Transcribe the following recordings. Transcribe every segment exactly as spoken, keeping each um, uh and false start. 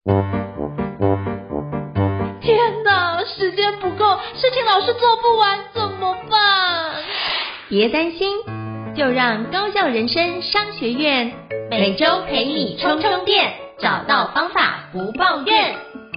天哪，时间不够，事情老是做不完，怎么办？ 别担心，就让高效人生商学院每周陪你充充电，找到方法不抱怨。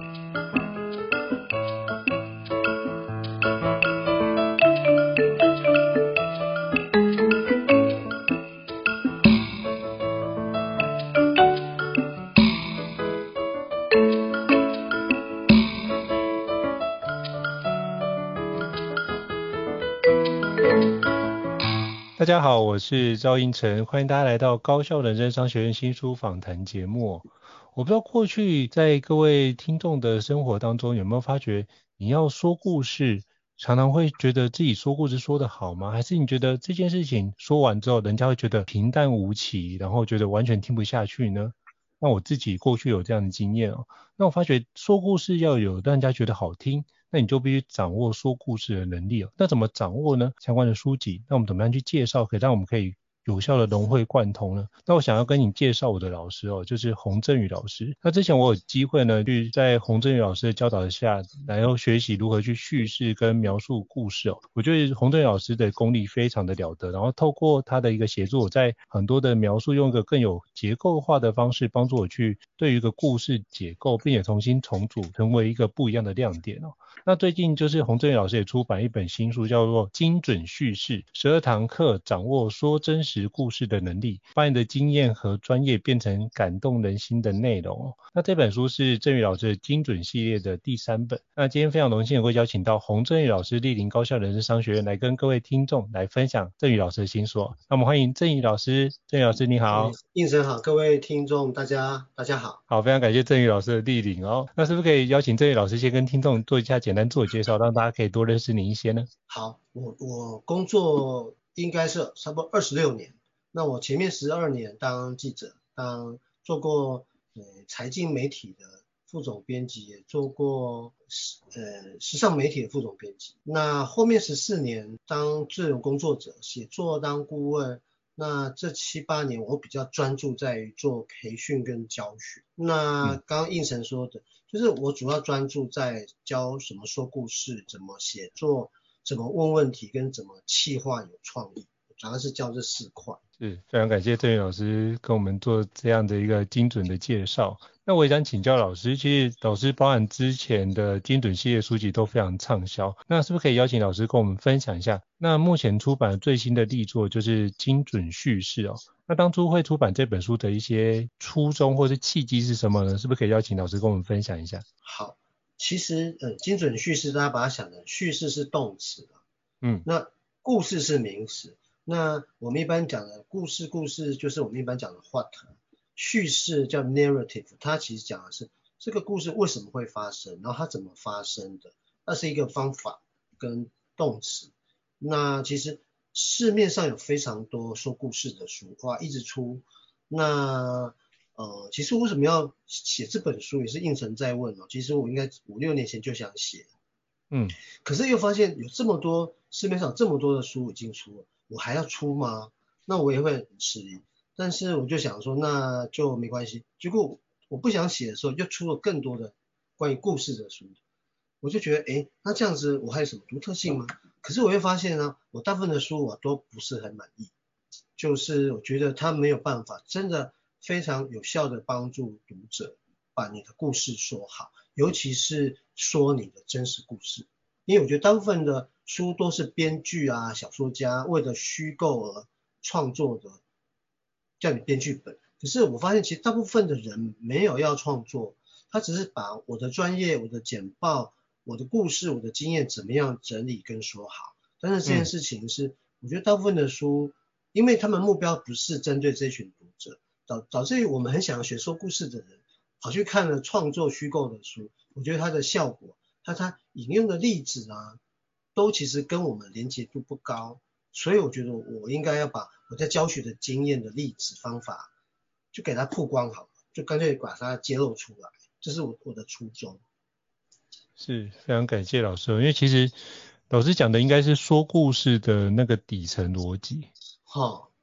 大家好，我是赵英成，欢迎大家来到高效人生商学院新书访谈节目。我不知道过去在各位听众的生活当中有没有发觉，你要说故事，常常会觉得自己说故事说得好吗？还是你觉得这件事情说完之后，人家会觉得平淡无奇，然后觉得完全听不下去呢？那我自己过去有这样的经验哦。那我发觉说故事要有让人家觉得好听，那你就必须掌握说故事的能力哦。那怎么掌握呢？相关的书籍，那我们怎么样去介绍，可以让我们可以有效的融会贯通呢？那我想要跟你介绍我的老师哦，就是洪振宇老师。那之前我有机会呢，去在洪振宇老师的教导下，然后学习如何去叙事跟描述故事哦。我觉得洪振宇老师的功力非常的了得，然后透过他的一个协助，我在很多的描述用一个更有结构化的方式，帮助我去对于一个故事解构，并且重新重组，成为一个不一样的亮点哦。那最近就是洪振宇老师也出版一本新书，叫做《精准叙事：十二堂课掌握说真实故事的能力》，把你的经验和专业变成感动人心的内容哦。那这本书是振宇老师的精准系列的第三本。那今天非常荣幸能够邀请到洪振宇老师莅临高效人生商学院，来跟各位听众来分享振宇老师的新书。那我们欢迎振宇老师。振宇老师你好。 应生好，各位听众大家大家好。 好，非常感谢振宇老师的莅临哦。那是不是可以邀请振宇老师先跟听众做一下简单自我介绍，让大家可以多认识你一些呢？ 好，我我工作应该是差不多二十六年，那我前面十二年当记者，当做过呃财经媒体的副总编辑，也做过呃时尚媒体的副总编辑。那后面十四年当自由工作者，写作当顾问。那这七八年我比较专注在于做培训跟教学。那刚刚应成说的，就是我主要专注在教怎么说故事，怎么写作，怎么问问题，跟怎么企划有创意，主要是教这四块。 是，非常感谢振宇老师跟我们做这样的一个精准的介绍。那我也想请教老师，其实老师包含之前的精准系列书籍都非常畅销，那是不是可以邀请老师跟我们分享一下，那目前出版最新的力作就是精准叙事哦。那当初会出版这本书的一些初衷或是契机是什么呢？是不是可以邀请老师跟我们分享一下？ 好，其实呃精准叙事大家把它想成叙事是动词，嗯，那故事是名词。那我们一般讲的故事，故事就是我们一般讲的 what， 叙事叫 narrative， 它其实讲的是这个故事为什么会发生，然后它怎么发生的，那是一个方法跟动词。那其实市面上有非常多说故事的书，哇，一直出。那呃，其实为什么要写这本书，也是应成在问哦。其实我应该五六年前就想写，嗯，可是又发现有这么多市面上有这么多的书已经出了。我还要出吗？那我也会很迟疑，但是我就想说那就没关系。结果我不想写的时候，又出了更多的关于故事的书，我就觉得诶，那这样子我还有什么独特性吗？可是我会发现呢，我大部分的书我都不是很满意，就是我觉得它没有办法真的非常有效的帮助读者把你的故事说好，尤其是说你的真实故事。因为我觉得大部分的书都是编剧啊、小说家为了虚构而创作的，叫你编剧本。可是我发现其实大部分的人没有要创作，他只是把我的专业、我的简报、我的故事、我的经验怎么样整理跟说好。但是这件事情是，嗯、我觉得大部分的书，因为他们目标不是针对这群读者，导导致于我们很想要学说故事的人，跑去看了创作虚构的书，我觉得它的效果。那他引用的例子啊，都其实跟我们连结度不高，所以我觉得我应该要把我在教学的经验的例子方法，就给它曝光好了，就干脆把它揭露出来，这是我我的初衷。 是，非常感谢老师，因为其实老师讲的应该是说故事的那个底层逻辑。 哦，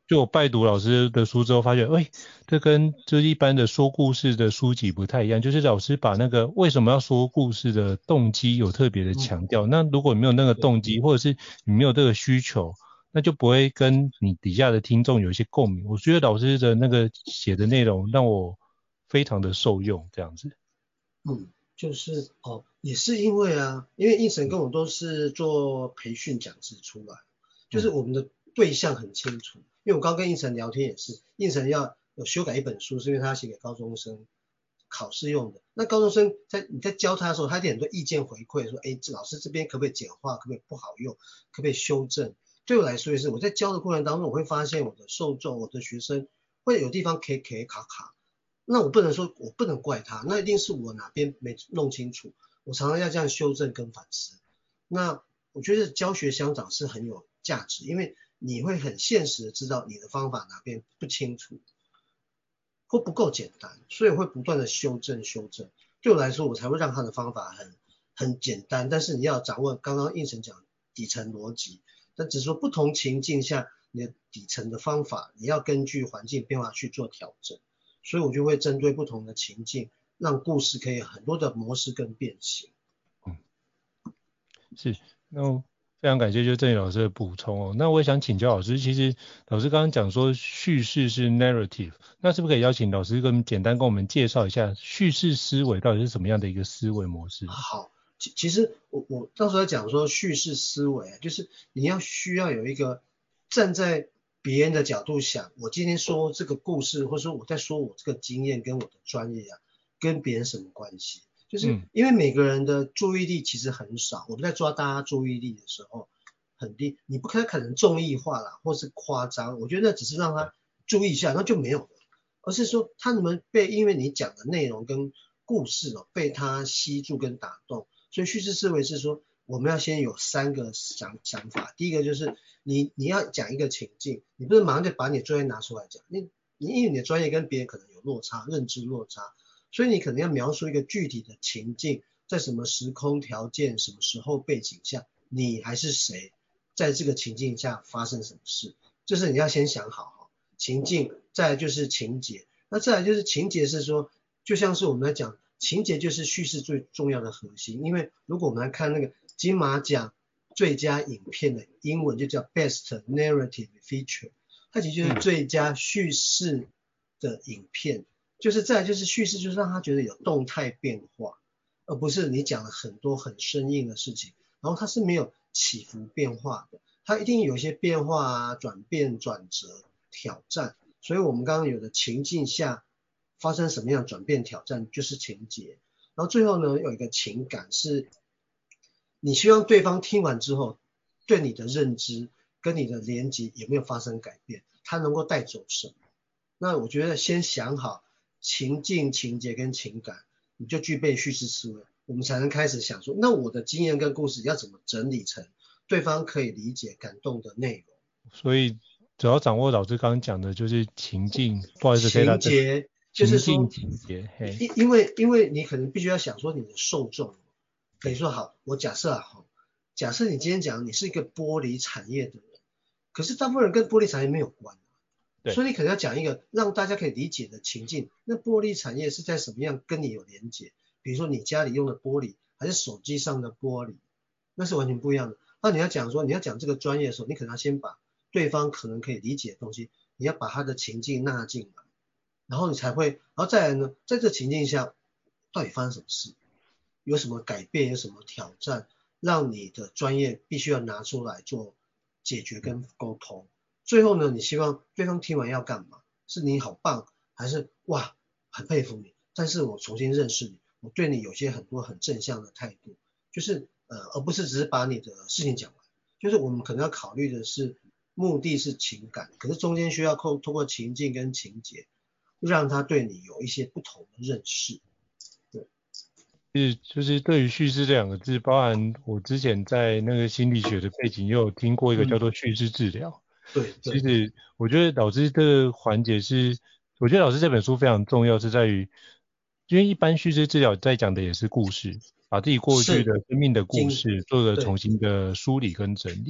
就我拜读老师的书之后，发现，哎，这跟就是一般的说故事的书籍不太一样，就是老师把那个为什么要说故事的动机有特别的强调。嗯、那如果你没有那个动机，或者是你没有这个需求，那就不会跟你底下的听众有一些共鸣。我觉得老师的那个写的内容让我非常的受用，这样子。 嗯，就是哦，也是因为啊，因为应成跟我都是做培训讲师出来，就是我们的对象很清楚。嗯，因为我刚跟应成聊天也是，应成要有修改一本书，是因为他写给高中生考试用的。那高中生在你在教他的时候，他有很多意见回馈，说，哎，这老师这边可不可以简化，可不可以不好用，可不可以修正？对我来说也是，我在教的过程当中，我会发现我的受众，我的学生会有地方可以可以卡卡，那我不能说我不能怪他，那一定是我哪边没弄清楚，我常常要这样修正跟反思。那我觉得教学相长是很有价值，因为你会很现实的知道你的方法哪边不清楚或不够简单，所以会不断的修正修正。对我来说，我才会让他的方法很很简单，但是你要掌握刚刚应成讲底层逻辑，但只是说不同情境下你的底层的方法，你要根据环境变化去做调整。所以我就会针对不同的情境，让故事可以有很多的模式跟变形。 嗯，是，那非常感谢就郑宇老师的补充哦。那我也想请教老师，其实老师刚刚讲说叙事是 narrative， 那是不是可以邀请老师跟简单跟我们介绍一下叙事思维到底是什么样的一个思维模式？ 好，其其实我我到时候讲说叙事思维，就是你要需要有一个站在别人的角度想，我今天说这个故事，或者说我在说我这个经验跟我的专业啊，跟别人什么关系？就是因为每个人的注意力其实很少，我们在抓大家注意力的时候很低，你不可能综艺化啦，或是夸张，我觉得那只是让他注意一下，那就没有了，而是说他能不能被因为你讲的内容跟故事哦被他吸住跟打动，所以叙事思维是说我们要先有三个想想法，第一个就是你你要讲一个情境，你不是马上就把你的专业拿出来讲，你你因为你的专业跟别人可能有落差，认知落差，所以你可能要描述一个具体的情境，在什么时空条件、什么时候背景下，你还是谁，在这个情境下发生什么事，就是你要先想好情境，再来就是情节，那再来就是情节是说，就像是我们来讲，情节就是叙事最重要的核心，因为如果我们来看那个金马奖最佳影片的英文就叫 Best Narrative Feature， 它其实就是最佳叙事的影片，嗯、就是再来就是叙事，就是让他觉得有动态变化，而不是你讲了很多很生硬的事情，然后它是没有起伏变化的，它一定有一些变化啊、转变、转折、挑战，所以我们刚刚有的情境下发生什么样的转变、挑战就是情节，然后最后呢有一个情感是。你希望对方听完之后，对你的认知跟你的连结有没有发生改变？他能够带走什么？那我觉得先想好情境、情节跟情感，你就具备叙事思维，我们才能开始想说，那我的经验跟故事要怎么整理成对方可以理解、感动的内容？ 所以只要掌握老师刚刚讲的就是情境，不好意思， 情节就是说情节， 因因为因为你可能必须要想说你的受众。可以说好，我假设啊，假设你今天讲你是一个玻璃产业的人，可是大部分人跟玻璃产业没有关，对，所以你可能要讲一个让大家可以理解的情境。那玻璃产业是在什么样跟你有连结？比如说你家里用的玻璃，还是手机上的玻璃，那是完全不一样的。那你要讲说你要讲这个专业的时候，你可能要先把对方可能可以理解的东西，你要把他的情境纳进来，然后你才会，然后再来呢，在这情境下到底发生什么事？有什么改变，有什么挑战，让你的专业必须要拿出来做解决跟沟通。最后呢，你希望对方听完要干嘛？是你好棒，还是哇很佩服你，但是我重新认识你，我对你有些很多很正向的态度，就是呃，而不是只是把你的事情讲完。就是我们可能要考虑的是，目的是情感，可是中间需要透透过情境跟情节，让他对你有一些不同的认识。 是，就是对于叙事这两个字，包含我之前在那个心理学的背景，也有听过一个叫做叙事治疗。 嗯、对, 对，其实我觉得老师这个环节是，我觉得老师这本书非常重要，是在于，因为一般叙事治疗在讲的也是故事，把自己过去的生命的故事做个重新的梳理跟整理。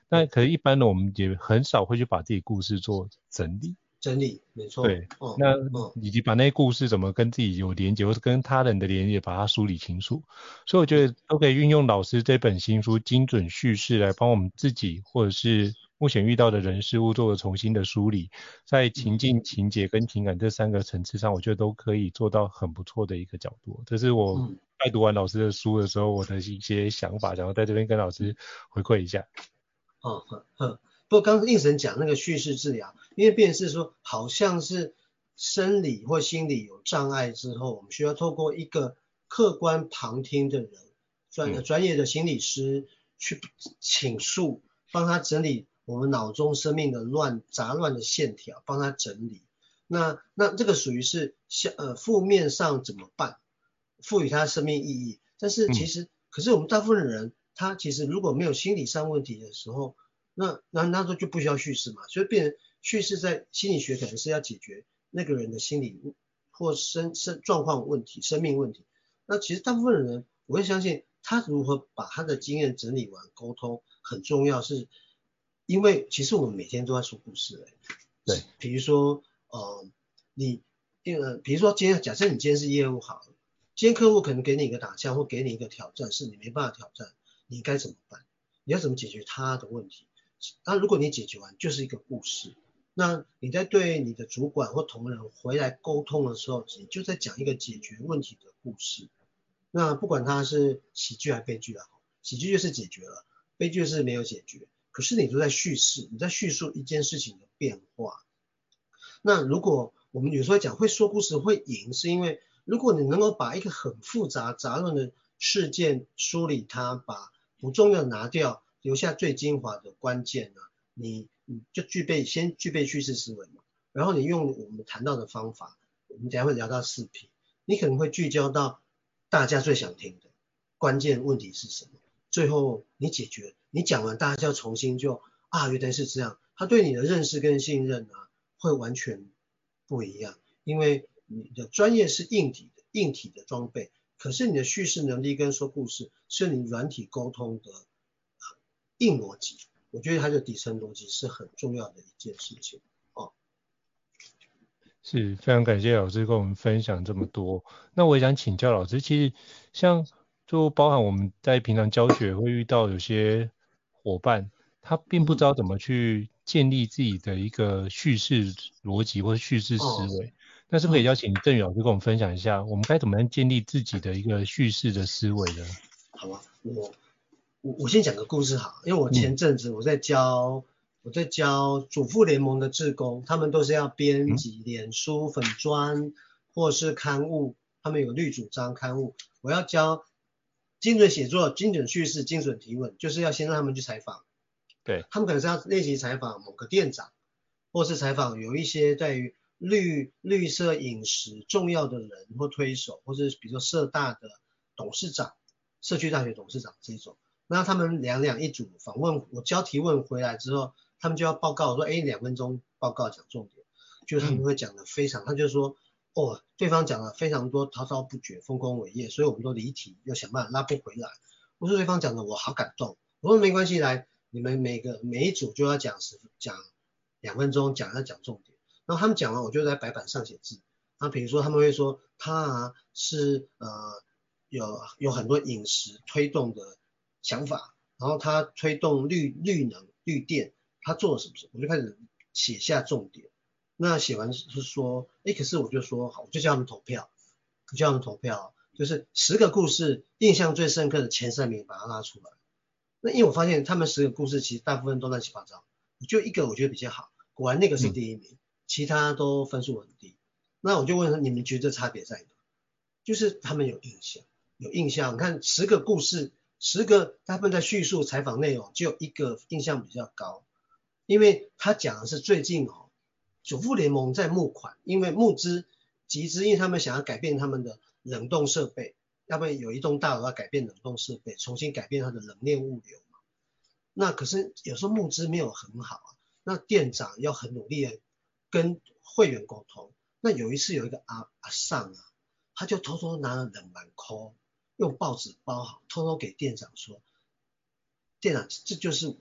那可是一般的我们也很少会去把自己故事做整理。 整理，没错。 对，哦、那、哦、以及把那些故事怎么跟自己有连结，或是跟他人的连结，把它梳理清楚。所以我觉得都可以运用老师这本新书《精准叙事》来帮我们自己，或者是目前遇到的人事物做了重新的梳理，在情境、情节跟情感这三个层次上，我觉得都可以做到很不错的一个角度。这是我在读完老师的书的时候，我的一些想法，然后在这边跟老师回馈一下。 哦，呵呵。不过刚刚应神讲那个叙事治疗，因为变成是说好像是生理或心理有障碍之后，我们需要透过一个客观旁听的人，专专业的心理师去倾诉，帮他整理我们脑中生命的乱杂乱的线条，帮他整理。那那这个属于是呃负面上怎么办？赋予他生命意义。但是其实，嗯、可是我们大部分的人，他其实如果没有心理上问题的时候，那那那时候就不需要叙事嘛，所以变成叙事在心理学可能是要解决那个人的心理或生生状况问题、生命问题。那其实大部分的人，我会相信他如何把他的经验整理完、沟通很重要，是因为其实我们每天都在说故事、欸、 对， 比如说呃你呃比如说今天假设你今天是业务好了，今天客户可能给你一个打枪或给你一个挑战，是你没办法挑战，你该怎么办？你要怎么解决他的问题？那如果你解决完就是一个故事，那你在对你的主管或同仁回来沟通的时候，你就在讲一个解决问题的故事。那不管它是喜剧还是悲剧啊，喜剧就是解决了，悲剧是没有解决。可是你都在叙事，你在叙述一件事情的变化。那如果我们有时候讲会说故事会赢，是因为如果你能够把一个很复杂杂乱的事件梳理它，把不重要的拿掉，留下最精华的关键呢，你你就具备先具备叙事思维嘛，然后你用我们谈到的方法，我们等一下会聊到四 P， 你可能会聚焦到大家最想听的关键问题是什么，最后你解决，你讲完大家要重新就啊原来是这样，他对你的认识跟信任啊会完全不一样，因为你的专业是硬体的硬体的装备，可是你的叙事能力跟说故事是你软体沟通的硬逻辑，我觉得它的底层逻辑是很重要的一件事情哦。 是非常感谢老师跟我们分享这么多。那我也想请教老师，其实像就包含我们在平常教学会遇到有些伙伴，他并不知道怎么去建立自己的一个叙事逻辑或者叙事思维。哦、那是不是可以邀请郑宇老师跟我们分享一下，我们该怎么样建立自己的一个叙事的思维呢？ 好吧，我我我先讲个故事好，因为我前阵子我在教、嗯、我在教主妇联盟的志工，他们都是要编辑脸书粉专或是刊物，他们有绿主张刊物，我要教精准写作、精准叙事、精准提问，就是要先让他们去采访， 对， 他们可能是要练习采访某个店长，或是采访有一些在于绿绿色饮食重要的人或推手，或是比如说社大的董事长、社区大学董事长这种。那他们两两一组访问，我教提问回来之后，他们就要报告说，哎，两分钟报告讲重点，就他们会讲的非常，他就说，哦，对方讲了非常多滔滔不绝、丰功伟业，所以我们都离题，要想办法拉不回来。我说对方讲的我好感动，我说没关系，来，你们每个每一组就要讲十讲两分钟，讲要讲重点。然后他们讲完，我就在白板上写字。那比如说他们会说，他啊是呃有有很多饮食推动的想法，然后他推动绿绿能绿电，他做了什么事，我就开始写下重点。那写完是说，哎，可是我就说好，我就叫他们投票，我叫他们投票，就是十个故事印象最深刻的前三名把它拉出来。那因为我发现他们十个故事其实大部分都乱七八糟，就一个我觉得比较好，果然那个是第一名，嗯、其他都分数很低。那我就问他，你们觉得差别在哪？就是他们有印象，有印象。你看十个故事。十个他们在叙述采访内容，只有一个印象比较高，因为他讲的是最近哦，主妇联盟在募款，因为募资集资，因为他们想要改变他们的冷冻设备，要不然有一栋大楼要改变冷冻设备，重新改变它的冷链物流嘛。那可是有时候募资没有很好啊，那店长要很努力的跟会员沟通。那有一次有一个阿阿尚啊，他就偷偷拿了两万块。用报纸包好，偷偷给店长说，店长，这就是我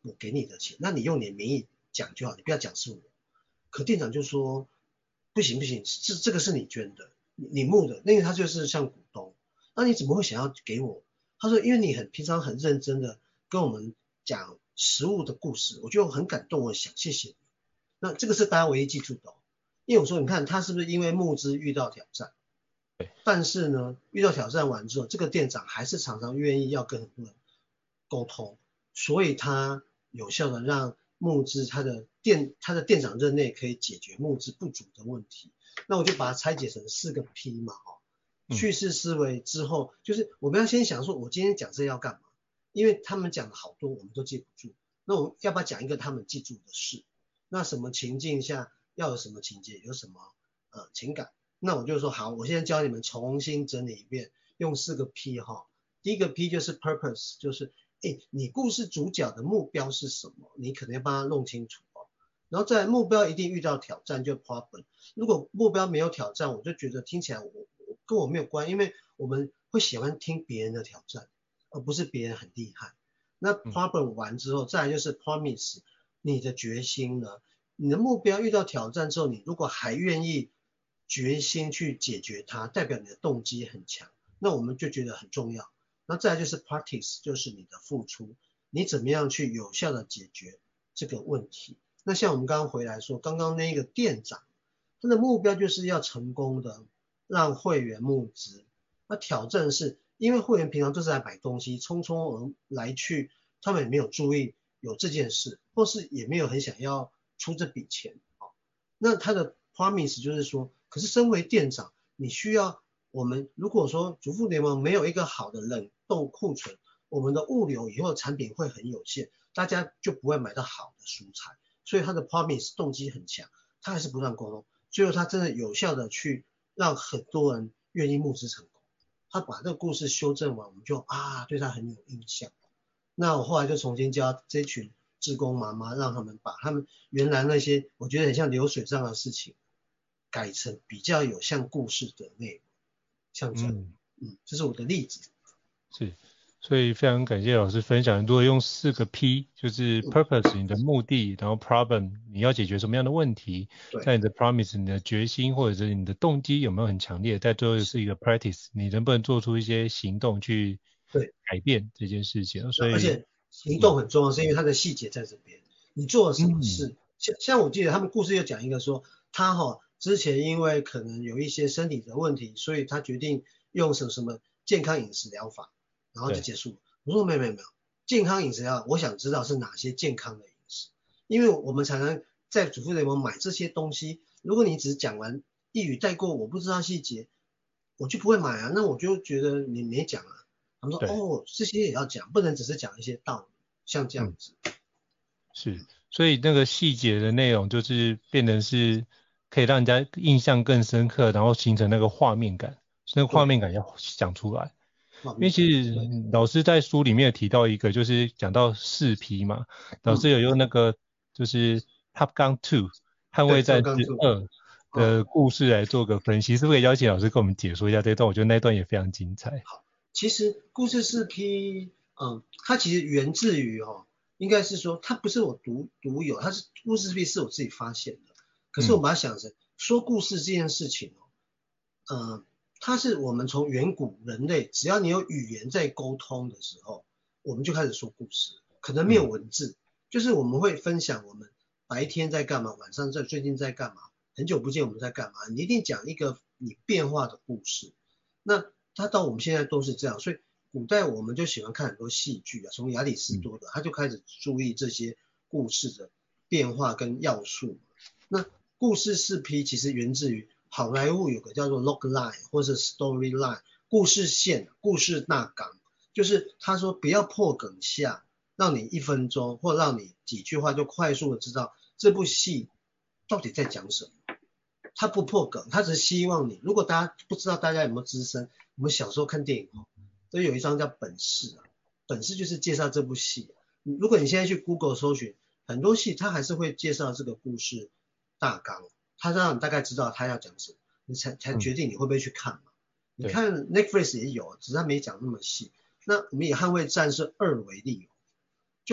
我给你的钱，那你用你的名义讲就好，你不要讲是我。可店长就说不行不行，这这个是你捐的，你你募的，因为他就是像股东，那你怎么会想要给我？他说因为你很平常很认真的跟我们讲实物的故事，我就很感动，我想谢谢你。那这个是大家唯一记住的哦，因为我说你看他是不是因为募资遇到挑战？但是呢，遇到挑战完之后，这个店长还是常常愿意要跟很多人沟通，所以他有效的让募资他的店他的店长任内可以解决募资不足的问题。那我就把它拆解成四个 P 嘛，哦，叙事思维之后，就是我们要先想说，我今天讲这要干嘛？因为他们讲的好多我们都记不住，那我们要不要讲一个他们记住的事？那什么情境下要有什么情节，有什么呃情感？那我就说好，我现在教你们重新整理一遍，用四个 P 哈。第一个 P 就是 purpose， 就是哎，你故事主角的目标是什么？你可能要帮他弄清楚哦。然后再来目标一定遇到挑战就 problem。如果目标没有挑战，我就觉得听起来我我跟我没有关，因为我们会喜欢听别人的挑战，而不是别人很厉害。那 problem 完之后，再来就是 promise， 你的决心呢？你的目标遇到挑战之后，你如果还愿意决心去解决它，代表你的动机很强，那我们就觉得很重要。那再来就是 practice， 就是你的付出，你怎么样去有效的解决这个问题。那像我们刚刚回来说，刚刚那个店长，他的目标就是要成功的让会员募资。那挑战是因为会员平常都是来买东西，匆匆而来去，他们也没有注意有这件事，或是也没有很想要出这笔钱。那他的 promise 就是说，可是身为店长，你需要我们如果说主妇联盟没有一个好的冷冻库存，我们的物流以后的产品会很有限，大家就不会买到好的蔬菜。所以他的 promise 动机很强，他还是不断沟通，最后他真的有效的去让很多人愿意募资成功。他把这个故事修正完，我们就啊对他很有印象。那我后来就重新教这群志工妈妈，让他们把他们原来那些我觉得很像流水账的事情，改成比较有像故事的内容，像这样，嗯, 嗯，这是我的例子。 是，所以非常感谢老师分享。如果用四个 P， 就是 purpose 你的目的，然后 problem 你要解决什么样的问题，在你的 promise 你的决心或者是你的动机有没有很强烈，在最后是一个 practice， 你能不能做出一些行动去改变这件事情。所以而且行动很重要，是因为它的细节在这边，你做了什么事。嗯、像像我记得他们故事又讲一个说，他哈、哦、之前因为可能有一些身体的问题，所以他决定用什么什么健康饮食疗法，然后就结束了。我说没有没有没有，健康饮食疗法，我想知道是哪些健康的饮食，因为我们常常在主妇联盟买这些东西，如果你只讲完一语带过，我不知道细节，我就不会买啊，那我就觉得你没讲啊。他们说哦，这些也要讲，不能只是讲一些道理，像这样子。 嗯、是，所以那个细节的内容就是变成是可以让人家印象更深刻，然后形成那个画面感，那个画面感要想出来。因为其实老师在书里面有提到一个，就是讲到四 P 嘛，老师有用那个就是 Top Gun 二 捍卫战士二的故事来做个分析，是不是可以邀请老师跟我们解说一下这一段？我觉得那一段也非常精彩。 好，其实故事四 P， 嗯，它其实源自于哦，应该是说它不是我独独有，它是故事四 P 是我自己发现的。可是我把它想成、嗯、说故事这件事情哦，嗯。它是我们从远古人类，只要你有语言在沟通的时候，我们就开始说故事，可能没有文字，嗯、就是我们会分享我们白天在干嘛，晚上在最近在干嘛，很久不见我们在干嘛，你一定讲一个你变化的故事。那它到我们现在都是这样，所以古代我们就喜欢看很多戏剧啊，从亚里士多德、嗯、他就开始注意这些故事的变化跟要素。那故事四 P 其实源自于好莱坞有个叫做 log line 或是 story line 故事线故事大纲，就是他说不要破梗下，让你一分钟或让你几句话就快速的知道这部戏到底在讲什么。他不破梗，他只是希望你，如果大家不知道大家有没有资深，我们小时候看电影都有一张叫本事啊，本事就是介绍这部戏。如果你现在去 Google 搜寻很多戏，他还是会介绍这个故事大纲，他让你大概知道他要讲什么，你才才决定你会不会去看嘛。嗯、你看 Netflix 也有，只是他没讲那么细。那我们以捍卫战士二为例，就是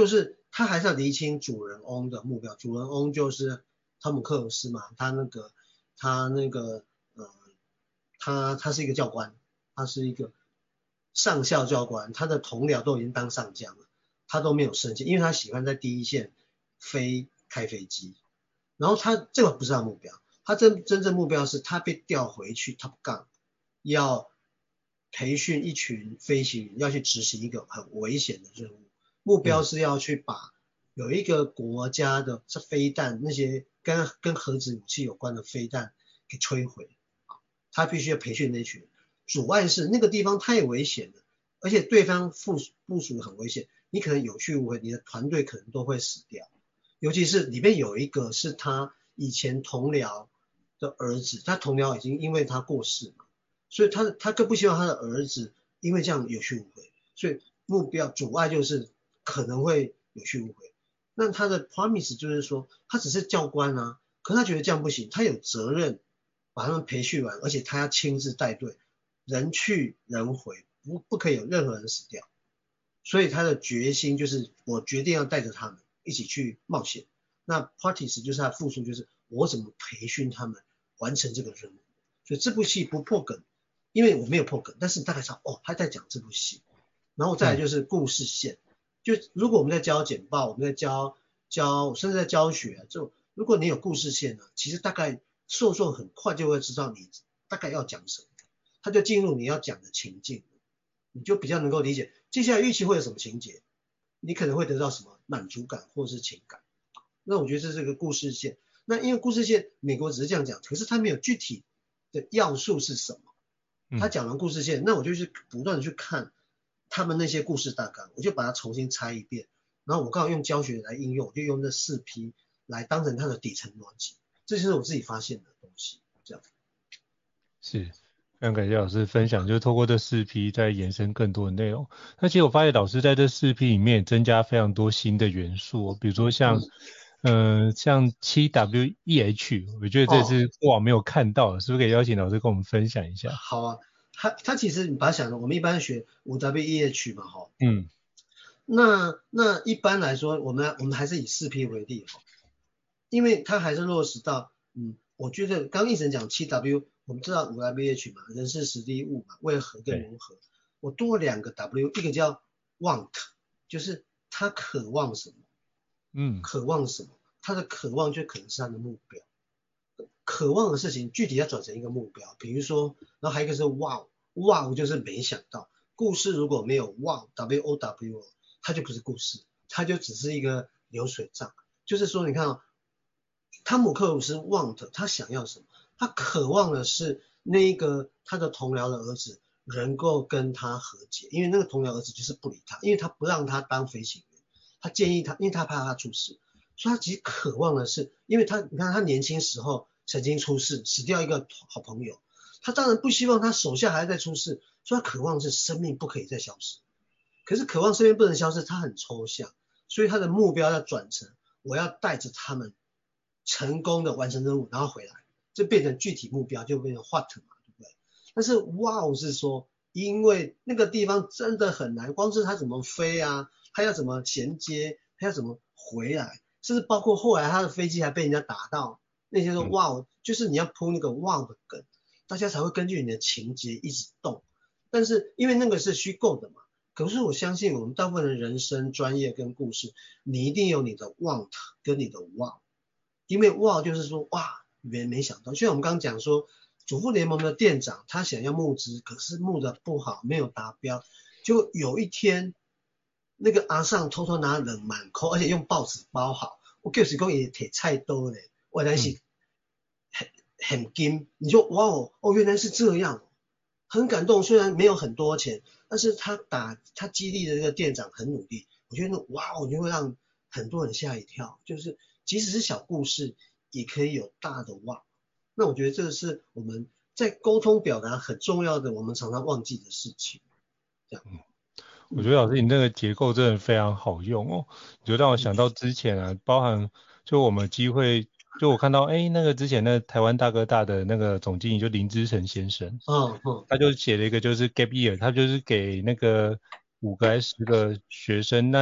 他还是要厘清主人翁的目标，主人翁就是汤姆克鲁斯嘛，他那个他那个呃他他是一个教官，他是一个上校教官，他的同僚都已经当上将了，他都没有升迁，因为他喜欢在第一线飞开飞机，然后他这个不是他的目标，他真真正目标是他被调回去 Top Gun， 要培训一群飞行员，要去执行一个很危险的任务，目标是要去把有一个国家的飞弹，那些跟跟核子武器有关的飞弹给摧毁，他必须要培训那群人。阻碍是那个地方太危险了，而且对方部部署很危险，你可能有去无回，你的团队可能都会死掉。尤其是里面有一个是他以前同僚的儿子，他同僚已经因为他过世嘛，所以他他更不希望他的儿子因为这样有去无回，所以目标阻碍就是可能会有去无回。那他的 promise 就是说，他只是教官啊，可是他觉得这样不行，他有责任把他们培训完，而且他要亲自带队。人去人回，不不可以有任何人死掉，所以他的决心就是我决定要带着他们一起去冒险。那 practice 就是他的复数，就是我怎么培训他们完成这个任务。所以这部戏不破梗，因为我没有破梗，但是大概知道哦他在讲这部戏。然后再来就是故事线，嗯、就如果我们在教简报，我们在教教甚至在教学，就如果你有故事线呢，其实大概受众很快就会知道你大概要讲什么。他就进入你要讲的情境，你就比较能够理解接下来预期会有什么情节，你可能会得到什么满足感或是情感。那我觉得这是个故事线。那因为故事线美国只是这样讲，可是他没有具体的要素是什么。他讲完故事线，那我就去不断的去看他们那些故事大纲，我就把它重新拆一遍，然后我刚好用教学来应用，我就用这四批来当成它的底层逻辑，这就是我自己发现的东西。这样是。非常感谢老师分享，就是透过这四批再延伸更多的内容。那其实我发现老师在这四批里面增加非常多新的元素，比如说像，嗯、呃，像 七 W E H， 我觉得这是过往没有看到的，哦、是不是可以邀请老师跟我们分享一下？ 好啊，他他其实你把它想的，我们一般学 五 W E H 嘛，哈，嗯，那那一般来说，我们我们还是以四批为例，哈，因为它还是落实到，嗯，我觉得刚刚一直讲 七 W。我们知道 五 W E H 嘛，人事时地物嘛，为何跟如何。我多两个 W， 一个叫 want， 就是他渴望什么，嗯，渴望什么，他的渴望就可能是他的目标。渴望的事情具体要转成一个目标，比如说，然后还有一个是 wow，wow 就是没想到。故事如果没有 wow，W O W， 它就不是故事，它就只是一个流水账。就是说，你看哦，汤姆克鲁斯 want， 他想要什么？他渴望的是那个他的同僚的儿子能够跟他和解，因为那个同僚儿子就是不理他，因为他不让他当飞行员，他建议他，因为他怕他出事，所以他其实渴望的是，因为他你看他年轻时候曾经出事，死掉一个好朋友，他当然不希望他手下还在出事，所以他渴望的是生命不可以再消失。可是渴望生命不能消失，他很抽象，所以他的目标要转成我要带着他们成功的完成任务，然后回来。就变成具体目标，就变成 what 嘛，对不对？但是 wow 是说，因为那个地方真的很难，光是它怎么飞啊，它要怎么衔接，它要怎么回来，甚至包括后来他的飞机还被人家打到，那些都 wow，、嗯、就是你要铺那个 wow 的梗，大家才会根据你的情节一直动。但是因为那个是虚构的嘛，可是我相信我们大部分的人生、专业跟故事，你一定有你的 want 跟你的 wow， 因为 wow 就是说哇。没没想到，就像我们刚刚讲说，主妇联盟的店长他想要募资，可是募的不好，没有达标。就有一天，那个阿尚偷偷拿冷满扣，而且用报纸包好。我就是讲也铁菜多嘞，原来是很很金。你说哇哦，哦原来是这样，很感动。虽然没有很多钱，但是他打他激励的这个店长很努力。我觉得哇哦，就会让很多人吓一跳。就是即使是小故事。也可以有大的哇，那我觉得这个是我们在沟通表达很重要的，我们常常忘记的事情。这样，嗯， 我觉得老师你那个结构真的非常好用哦，就让我想到之前啊，包含就我们机会，就我看到哎那个之前那台湾大哥大的那个总经理就林之诚先生，嗯嗯，他就写了一个就是 gap year， 他就是给那个五个还是十个学生，那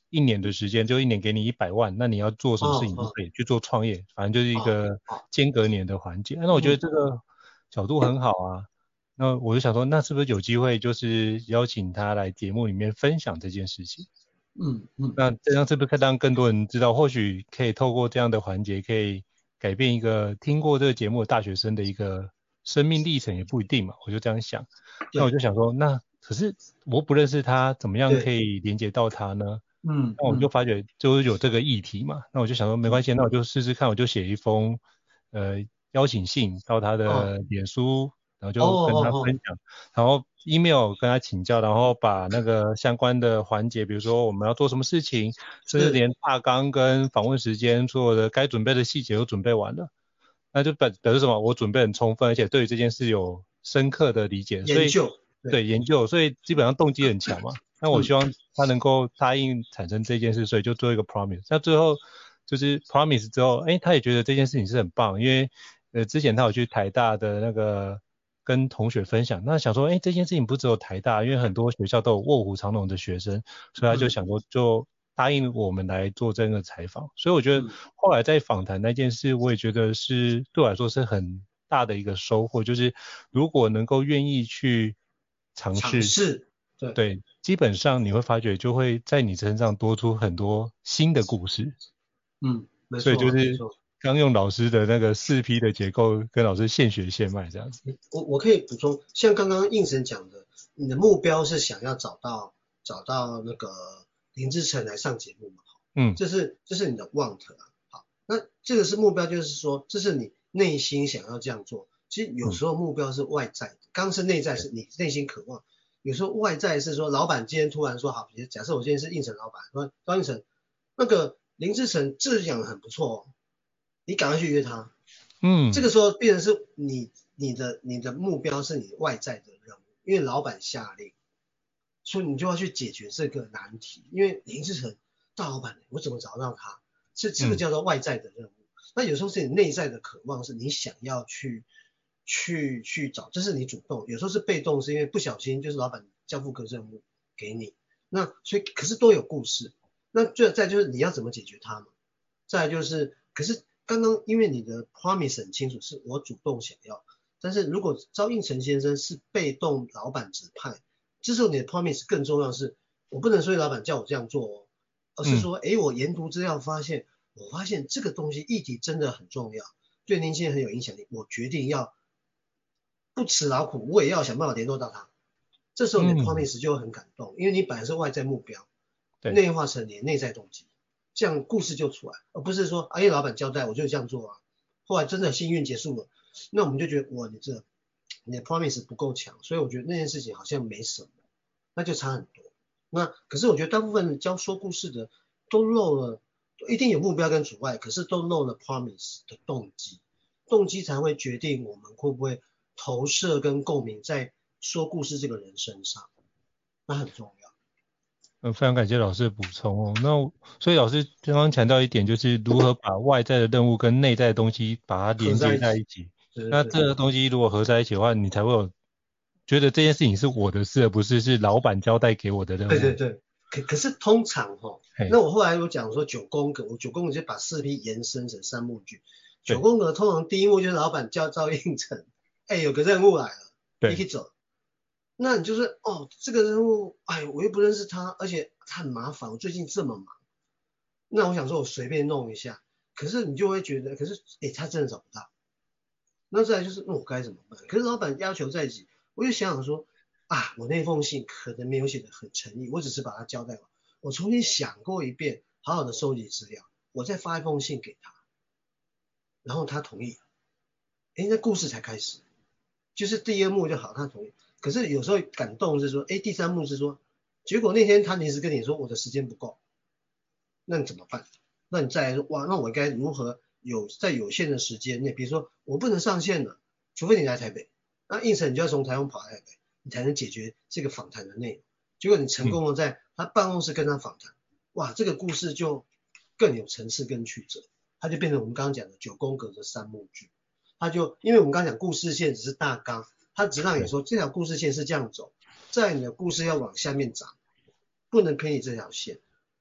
一年的时间，就一年给你一百万，那你要做什么事情都可以去做创业，反正就是一个间隔年的环节。那我觉得这个角度很好啊。那我就想说，那是不是有机会就是邀请他来节目里面分享这件事情？ 嗯嗯。 那这样是不是可以让更多人知道，或许可以透过这样的环节，可以改变一个听过这个节目的大学生的一个生命历程，也不一定嘛。我就这样想。那我就想说，那可是我不认识他，怎么样可以连接到他呢？ 嗯。 那我就发觉就是有这个议题嘛。那我就想说，没关系，那我就试试看，我就写一封呃邀请信到他的脸书。然后就跟他分享，然后 email 跟他请教，然后把那个相关的环节，比如说我们要做什么事情，甚至连大纲跟访问时间所有的该准备的细节都准备完了，那就表表示什么？我准备很充分，而且对于这件事有深刻的理解，所以研究对研究，所以基本上动机很强嘛。那我希望他能够答应产生这件事，所以就做一个 promise。那最后就是 promise 之后，哎，他也觉得这件事情是很棒，因为呃之前他有去台大的那个。跟同学分享，那想说，哎，这件事情不只有台大，因为很多学校都有卧虎藏龙的学生，所以他就想说，就答应我们来做这个采访。所以我觉得后来在访谈那件事，我也觉得是对我来说是很大的一个收获，就是如果能够愿意去尝试， 尝试，对对，基本上你会发觉就会在你身上多出很多新的故事。 嗯，没错， 所以就是刚用老师的那个四 P 的结构跟老师现学现卖这样子。 我我可以补充，像刚刚应成讲的，你的目标是想要找到找到那个林志成来上节目嘛？嗯，这是这是你的 want 啊。好，那这个是目标，就是说这是你内心想要这样做。其实有时候目标是外在的，嗯、刚是内在是你内心渴望，有时候外在是说老板今天突然说好，假设我今天是应成老板，说张应成那个林志成这讲得很不错哦。你赶快去约他，嗯，这个时候变成是你你的你的目标是你外在的任务，因为老板下令，所以你就要去解决这个难题。因为林志成大老板，我怎么找到他？是这个叫做外在的任务。嗯、那有时候是你内在的渴望，是你想要去去去找，这是你主动；有时候是被动，是因为不小心就是老板交付个任务给你。那所以可是都有故事。那最再就是你要怎么解决它嘛？再来就是可是。刚刚因为你的 promise 很清楚，是我主动想要，但是如果赵应成先生是被动老板指派，这时候你的 promise 更重要的是，我不能说老板叫我这样做哦，而是说，哎、嗯，我研读资料发现，我发现这个东西议题真的很重要，对年轻人很有影响力，我决定要不辞劳苦，我也要想办法联络到他。这时候你的 promise 就会很感动，嗯、因为你本来是外在目标，内化成你的内在动机。这样故事就出来，而不是说哎、啊，老板交代我就这样做啊。后来真的幸运结束了，那我们就觉得哇，你这你的 promise 不够强，所以我觉得那件事情好像没什么，那就差很多。那可是我觉得大部分教说故事的都漏了，一定有目标跟阻碍，可是都漏了 promise 的动机，动机才会决定我们会不会投射跟共鸣在说故事这个人身上，那很重要。 嗯，非常感谢老师的补充哦。那所以老师刚刚强调一点，就是如何把外在的任务跟内在的东西把它连接在一起。那这个东西如果合在一起的话，你才会有觉得这件事情是我的事，而不是是老板交代给我的任务。 对对对。可可是通常哈、哦，那我后来有讲说九宫格，我九宫格就把四 P 延伸成三幕剧。九宫格通常第一幕就是老板叫赵应成，哎，有个任务来了，你可以走。那你就是哦，这个任务，哎，我又不认识他，而且他很麻烦，我最近这么忙，那我想说我随便弄一下，可是你就会觉得，可是哎，他真的找不到。那再来就是，那我该怎么办？可是老板要求在一起，我就想想说，啊，我那封信可能没有写得很诚意，我只是把它交代完，我重新想过一遍，好好的收集资料，我再发一封信给他，然后他同意了，哎，那故事才开始，就是第二幕就好，他同意。可是有时候感动是说，哎，第三幕是说，结果那天他临时跟你说我的时间不够，那你怎么办？那你再来说，哇，那我该如何有在有限的时间内，比如说我不能上线了，除非你来台北，那应成你就要从台湾跑来台北，你才能解决这个访谈的内容。结果你成功了在他办公室跟他访谈，哇，这个故事就更有层次跟曲折，它就变成我们刚刚讲的九宫格的三幕剧。它就因为我们刚刚讲故事线只是大纲。他只让你说这条故事线是这样走，在你的故事要往下面长，不能偏离这条线。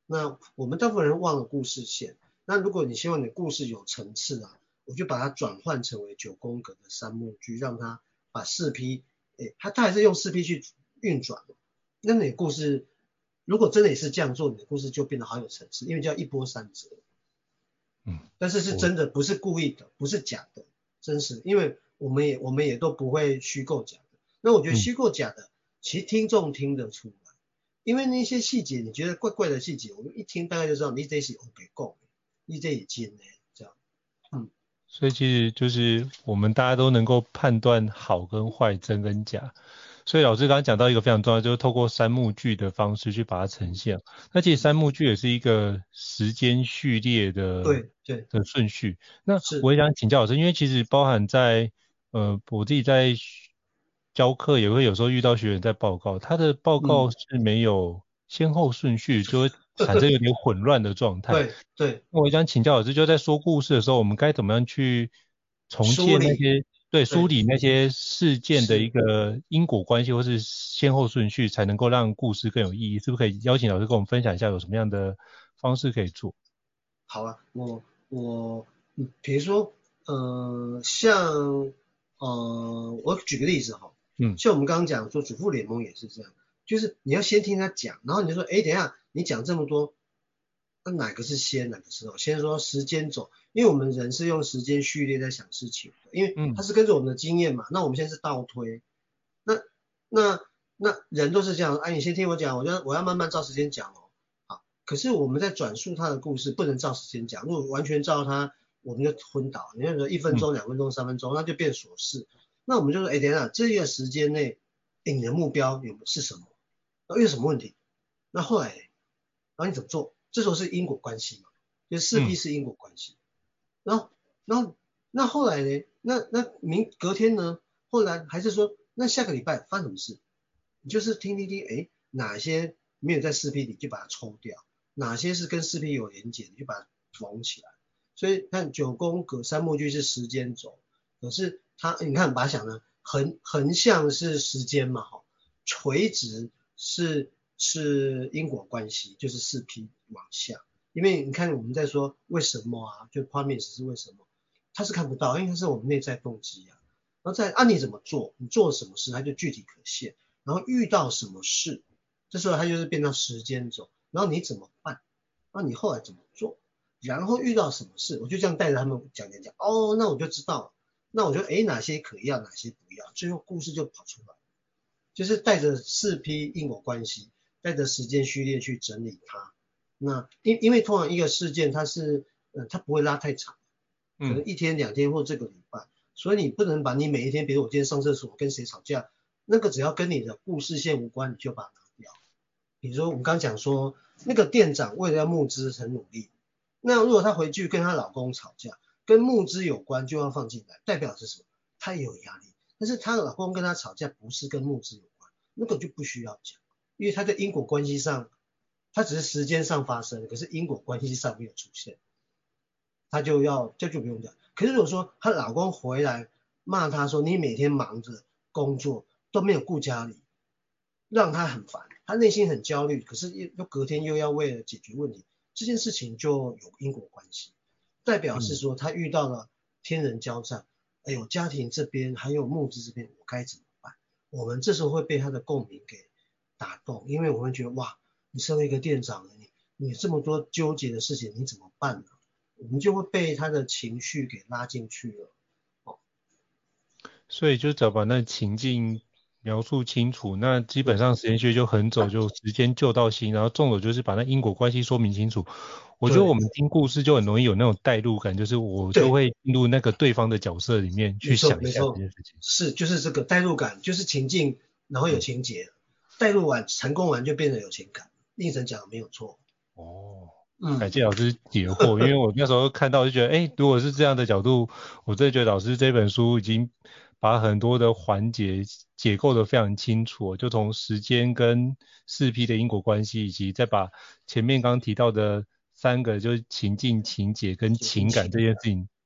那我们大部分人忘了故事线。那如果你希望你的故事有层次啊，我就把它转换成为九宫格的三幕剧，让它把四批，诶，它它还是用四批去运转。那你的故事如果真的也是这样做，你的故事就变得好有层次，因为叫一波三折。嗯，但是是真的，不是故意的，不是假的，真实的，因为我们也我们也都不会虚构假的。那我觉得虚构假的，嗯、其实听众听得出来，因为那些细节你觉得怪怪的细节，我们一听大概就知道你这是 OK 够，你这也真的这样。嗯， 所以其实就是我们大家都能够判断好跟坏、真跟假。所以老师刚刚讲到一个非常重要，就是透过三幕剧的方式去把它呈现。那其实三幕剧也是一个时间序列的对对的顺序。那我也想请教老师，因为其实包含在呃我自己在教课也会有时候遇到学员在报告，他的报告是没有先后顺序，就会产生有点混乱的状态。 对对。 那我想请教老师，就在说故事的时候，我们该怎么样去重建那些？对，梳理那些事件的一个因果关系或是先后顺序，才能够让故事更有意义。是不是可以邀请老师跟我们分享一下有什么样的方式可以做？ 好啊，我我比如说呃像呃我举个例子哈，嗯，像我们刚刚讲说主妇联盟也是这样，就是你要先听他讲，然后你就说，哎，等一下你讲这么多，那哪个是先哪个是后？先说时间轴。因为我们人是用时间序列在想事情的，因为它是跟着我们的经验嘛。嗯、那我们现在是倒推，那那那人都是这样。哎、啊，你先听我讲，我要我要慢慢照时间讲哦。好，可是我们在转述他的故事，不能照时间讲。如果完全照他，我们就昏倒。你看说一分钟、两、嗯、分钟、三分钟，那就变琐事。那我们就说，哎，等一下，这个时间内，哎，你的目标有是什么？那有什么问题？那后来，然后你怎么做？这时候是因果关系嘛，就势必是因果关系。嗯然后，然后，那后来呢？那那明隔天呢？后来还是说，那下个礼拜发生什么事？你就是听听听，哎，哪些没有在四批里就把它抽掉，哪些是跟四批有连结，你就把它缝起来。所以看九宫格三幕剧是时间轴，可是它你看把它想呢，横横向是时间嘛，哈，垂直是是因果关系，就是四批往下。因为你看我们在说为什么啊，就 promise 是为什么，它是看不到，因为它是我们内在动机啊。然后再按、啊、你怎么做，你做了什么事，它就具体可现。然后遇到什么事，这时候它就是变成时间轴。然后你怎么办？那你后来怎么做？然后遇到什么事，我就这样带着他们讲讲讲。哦，那我就知道了。那我就诶哪些可要，哪些不要，最后故事就跑出来。就是带着四批因果关系，带着时间序列去整理它。那因因为通常一个事件它是呃它不会拉太长，可能一天两天或这个礼拜，嗯、所以你不能把你每一天，比如我今天上厕所跟谁吵架，那个只要跟你的故事线无关，你就把它拿掉。比如说我们刚讲说那个店长为了要募资很努力，那如果她回去跟她老公吵架，跟募资有关就要放进来，代表是什么？她也有压力，但是她老公跟她吵架不是跟募资有关，那个就不需要讲，因为她在因果关系上。它只是时间上发生，可是因果关系上没有出现，他就要这就不用讲。可是如果说她老公回来骂她说你每天忙着工作都没有顾家里，让她很烦，她内心很焦虑，可是又隔天又要为了解决问题，这件事情就有因果关系，代表是说她遇到了天人交战，哎呦家庭这边还有募资这边我该怎么办？我们这时候会被她的共鸣给打动，因为我们觉得哇。你身为一个店长，你你这么多纠结的事情，你怎么办呢？我们就会被他的情绪给拉进去了。哦， 所以就只要把那情境描述清楚，那基本上时间序就横走就时间救到心，然后纵走就是把那因果关系说明清楚。我觉得我们听故事就很容易有那种代入感，就是我就会进入那个对方的角色里面去想一下这件事情。 是，就是这个代入感，就是情境，然后有情节，代入完成功完就变得有情感。令神讲的没有错哦，嗯，感谢老师解惑，因为我那时候看到就觉得，哎，如果是这样的角度，我真的觉得老师这本书已经把很多的环节解构的非常清楚，就从时间跟四批的因果关系，以及再把前面刚刚提到的三个就是情境、情节跟情感这件事情，把它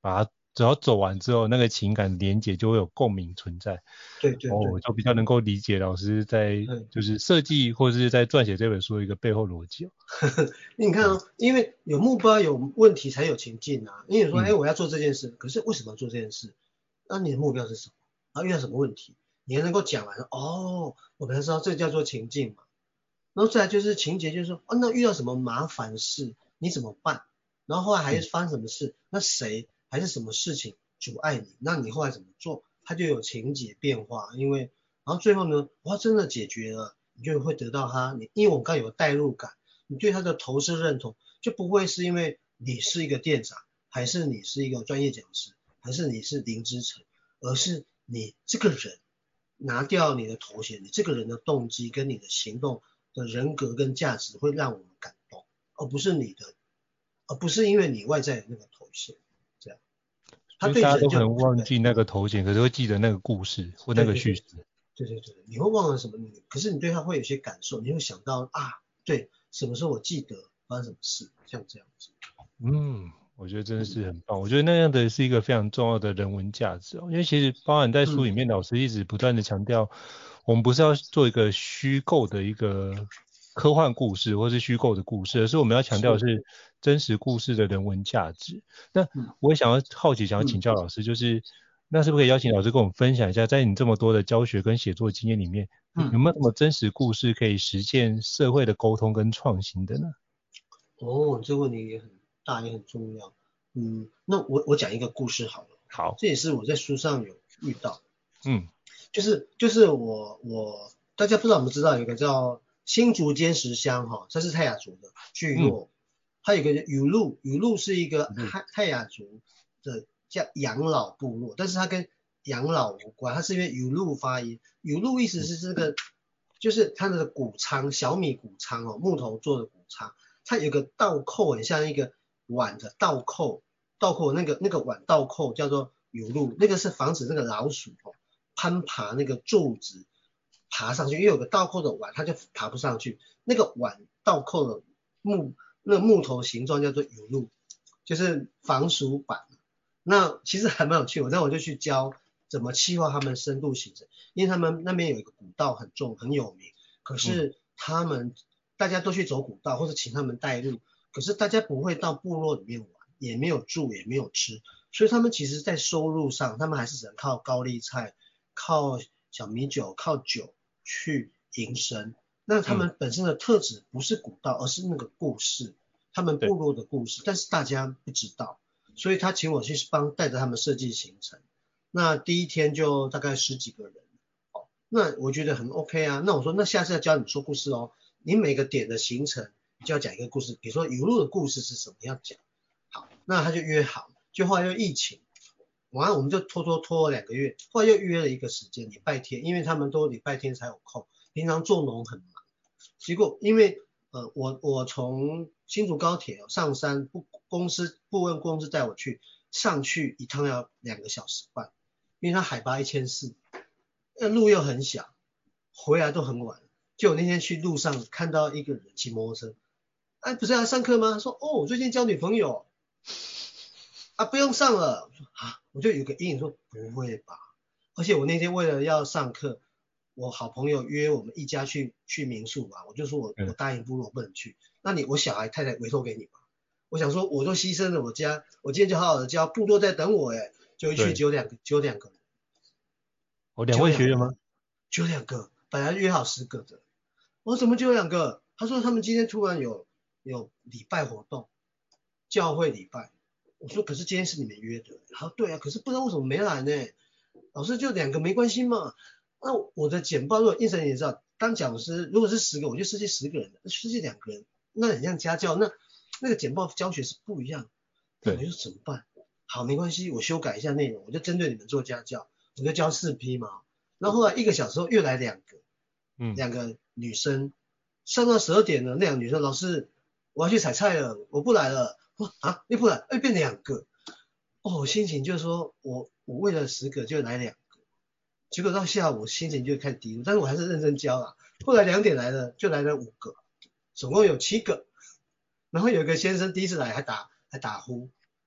只要走完之后，那个情感连结就会有共鸣存在。 对对对， 哦，就比较能够理解老师在就是设计或者是在撰写这本书的一个背后逻辑哦。 你看哦，因为有目标有问题才有情境啊。因为你说，哎、嗯，我要做这件事，可是为什么要做这件事？那你的目标是什么？然后遇到什么问题？你还能够讲完，哦，我才知道这叫做情境嘛。然后再来就是情节，就是说，哦，那遇到什么麻烦事，你怎么办？然后后来还是发生什么事？那谁还是什么事情阻碍你？那你后来怎么做？它就有情节变化。因为，然后最后呢，哇，真的解决了，你就会得到它。你因为我刚有代入感，你对它的投射认同，就不会是因为你是一个店长，还是你是一个专业讲师，还是你是林之晨，而是你这个人拿掉你的头衔，你这个人的动机跟你的行动的人格跟价值会让我们感动，而不是你的，而不是因为你外在的那个头衔，这样。他对大家都可能忘记那个头衔，可是会记得那个故事或那个叙事。 对对 对, 对, 对，你会忘了什么？你可是你对他会有些感受，你会想到啊，对，什么时候我记得发生什么事，像这样子。 嗯，我觉得真的是很棒。我觉得那样的是一个非常重要的人文价值哦，因为其实包含在书里面，老师一直不断的强调，我们不是要做一个虚构的一个科幻故事或是虚构的故事，而是我们要强调的是真实故事的人文价值。那我也想要好奇，想要请教老师，就是那是不是可以邀请老师跟我们分享一下，在你这么多的教学跟写作经验里面，有没有什么真实故事可以实现社会的沟通跟创新的呢？ 哦，这个问题也很大，也很重要。嗯，那我我讲一个故事好了。 好， 这也是我在书上有遇到。 嗯， 就是就是我我大家不知道有没有知道有一个叫新竹尖石乡哈，这是泰雅族的聚落，嗯、它有一个语录，语录是一个泰泰雅族的叫养老部落，但是它跟养老无关，它是因为语录发音，语录意思是这个就是它的谷仓，小米谷仓哦，木头做的谷仓，它有个倒扣，很像一个碗的倒扣，倒扣那个那个碗倒扣叫做语录，那个是防止那个老鼠哦攀爬那个柱子爬上去，因为有个倒扣的碗，它就爬不上去。那个碗倒扣的木那个木头形状叫做语录，就是防鼠板。那其实还蛮有趣，我那我就去教怎么企划他们深度行程，因为他们那边有一个古道很重很有名，可是他们、嗯、大家都去走古道或者请他们带路，可是大家不会到部落里面玩，也没有住也没有吃，所以他们其实在收入上他们还是只能靠高丽菜，靠小米酒，靠酒去营生。那他们本身的特质不是古道，而是那个故事，他们部落的故事，但是大家不知道，所以他请我去帮带着他们设计行程。那第一天就大概十几个人，哦，那我觉得很 OK 啊。那我说那下次要教你说故事哦，你每个点的行程就要讲一个故事，比如说语录的故事是什么要讲。好，那他就约好，就后来又疫情。完了我们就拖拖拖了两个月，后来又约了一个时间，礼拜天，因为他们都礼拜天才有空，平常做农很忙。结果因为呃我我从新竹高铁上山，不公司部分公司带我去，上去一趟要两个小时半，因为它海拔一千四，那路又很小，回来都很晚。就我那天去路上看到一个人骑摩托车，哎，不是要上课吗？说哦，我最近交女朋友。啊，不用上了。我说啊，我就有个阴影说不会吧。而且我那天为了要上课，我好朋友约我们一家去去民宿吧，我就说我我答应部落我不能去。那你我小孩太太委托给你吧。我想说我都牺牲了我家，我今天就好好的教，部落在等我哎，就一去只有两个，只有两个人。 哦，两位学员吗？ 只有两个，本来约好十个的。我说怎么只有两个？他说他们今天突然有有礼拜活动，教会礼拜。我说可是今天是你们约的。他说对啊，可是不知道为什么没来呢？老师就两个没关系嘛。那我的简报如果应成也知道，当讲师如果是十个，我就设计十个人，设计两个人，那很像家教，那那个简报教学是不一样。对，我就怎么办？好，没关系，我修改一下内容，我就针对你们做家教，我就教四批嘛。然后后来一个小时后又来两个，嗯，两个女生，上到十二点了，那两个女生老师我要去采菜了，我不来了。啊，又不来，又变两个，哦，心情就是说我我为了十个就来两个，结果到下午心情就开始低落，但是我还是认真教啦。后来两点来了，就来了五个，总共有七个。然后有一个先生第一次来还打还打呼，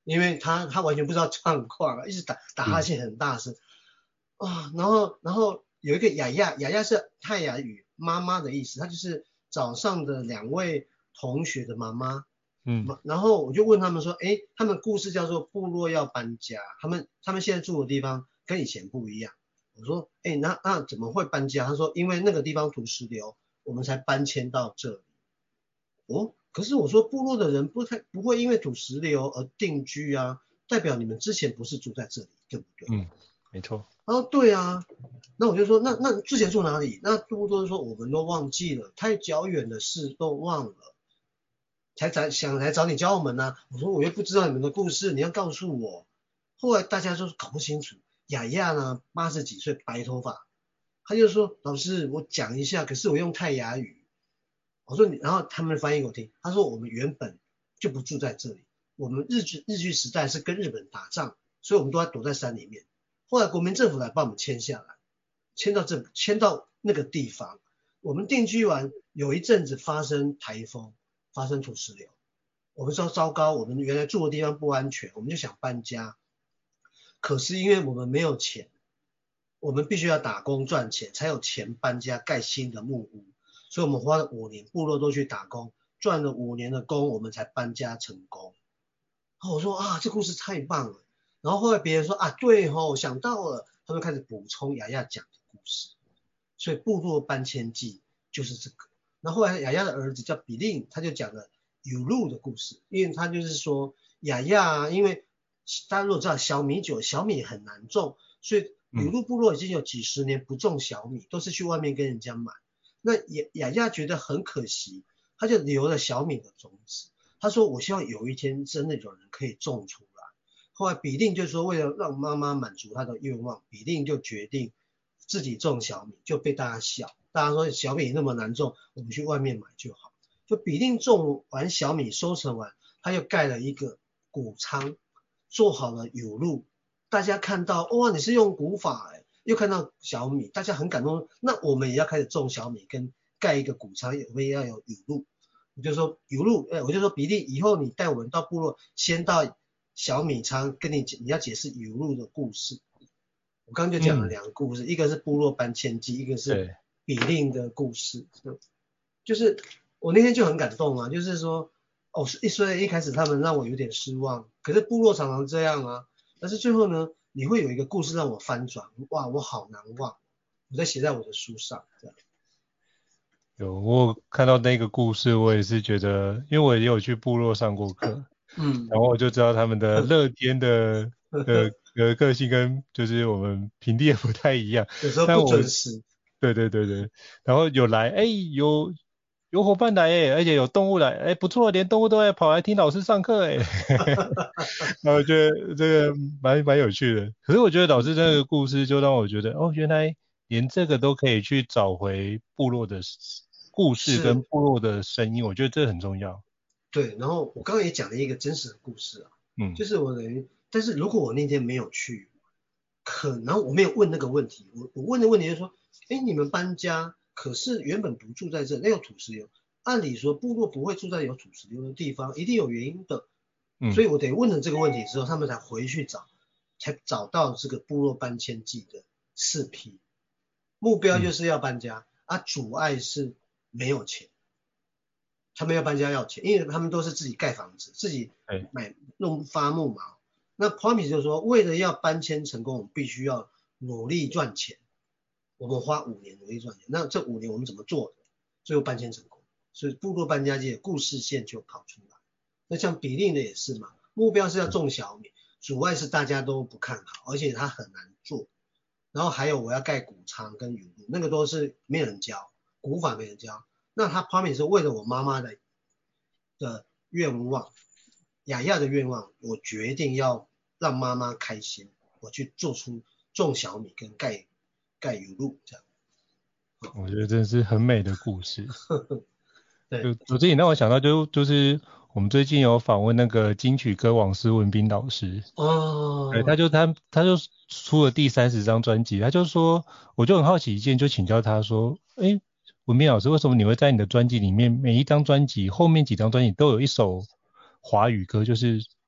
因为他他完全不知道状况，一直打打哈欠很大声啊，然后然后有一个雅雅，雅雅是泰雅语妈妈的意思，她就是早上的两位同学的妈妈。嗯，然后我就问他们说，哎，他们故事叫做部落要搬家，他们他们现在住的地方跟以前不一样。我说，哎，那那怎么会搬家？他说，因为那个地方土石流，我们才搬迁到这里。哦，可是我说部落的人不太不会因为土石流而定居啊，代表你们之前不是住在这里，对不对？ 嗯，没错。 他说对啊，那我就说，那那之前住哪里？那部落说我们都忘记了，太遥远的事都忘了。才找想来找你教我们呢、啊，我说我又不知道你们的故事，你要告诉我。后来大家就搞不清楚，雅雅呢八十几岁白头发，他就说老师我讲一下，可是我用泰雅语。我说你，然后他们翻译给我听，他说我们原本就不住在这里，我们日据日据时代是跟日本打仗，所以我们都在躲在山里面。后来国民政府来把我们迁下来，迁到这迁到那个地方，我们定居完，有一阵子发生台风。发生土石流，我们说糟糕，我们原来住的地方不安全，我们就想搬家。可是因为我们没有钱，我们必须要打工赚钱，才有钱搬家盖新的木屋。所以我们花了五年，部落都去打工，赚了五年的工，我们才搬家成功。然后我说啊，这故事太棒了。然后后来别人说啊，对吼、哦，想到了，他们开始补充雅雅讲的故事。所以部落搬迁记就是这个。然后后来雅雅的儿子叫比令，他就讲了有路的故事，因为他就是说雅雅，因为大家如果知道小米酒，小米很难种，所以有路部落已经有几十年不种小米，都是去外面跟人家买。那雅雅雅觉得很可惜，他就留了小米的种子。他说我希望有一天真的有人可以种出来。后来比令就说为了让妈妈满足他的愿望，比令就决定自己种小米，就被大家笑。大家说小米那么难种，我们去外面买就好。就比令种完小米收成完，他又盖了一个谷仓，做好了有路。大家看到哇，你是用谷法哎，又看到小米，大家很感动。那我们也要开始种小米，跟盖一个谷仓，我们也要有有路。我就说有路，哎，我就说比令以后你带我们到部落，先到小米仓，跟你你要解释有路的故事。我刚刚就讲了两个故事，嗯、一个是部落搬迁记，一个是比令的故事。就是我那天就很感动啊，就是说，哦，虽然一开始他们让我有点失望，可是部落常常这样啊。但是最后呢，你会有一个故事让我翻转，哇，我好难忘，我在写在我的书上，这样。 有，我看到那个故事，我也是觉得，因为我也有去部落上过课，嗯，然后我就知道他们的乐天的的的个性跟就是我们平地也不太一样， 有时候不准时。 对对对对，然后有来，哎，有有伙伴来哎，而且有动物来，哎，不错，连动物都来跑来听老师上课哎，然后我觉得这个蛮蛮有趣的。可是我觉得老师这个故事就让我觉得，哦，原来连这个都可以去找回部落的故事跟部落的声音，我觉得这很重要。 对，然后我刚刚也讲了一个真实的故事啊，嗯，就是我等于，但是如果我那天没有去，可能我没有问那个问题，我我问的问题就是说，哎，你们搬家，可是原本不住在这，那有土石流，按理说部落不会住在有土石流的地方，一定有原因的，嗯，所以我得问了这个问题之后，他们才回去找，才找到这个部落搬迁记的四批，目标就是要搬家，嗯、啊，阻碍是没有钱。他们要搬家要钱，因为他们都是自己盖房子，自己买弄发木毛。那 Promise 就说，为了要搬迁成功，我们必须要努力赚钱。我们花五年努力赚钱，那这五年我们怎么做的？最后搬迁成功，所以部落搬家记的故事线就跑出来。那像比令的也是嘛，目标是要种小米，阻碍是大家都不看好，而且它很难做。然后还有我要盖谷仓跟雨露，那个都是没有人教，古法没人教。那他 Promise 是为了我妈妈的的愿望，雅雅的愿望，我决定要让妈妈开心，我去做出种小米跟盖盖雨露这样。 我觉得真的是很美的故事。对，我自己让我想到就就是我们最近有访问那个金曲歌王施文彬老师。哦。对，他就他他就出了第三十张专辑，他就说，我就很好奇一件，就请教他说，哎。文彬老师，为什么你会在你的专辑里面每一张专辑后面几张专辑都有一首华语歌，就是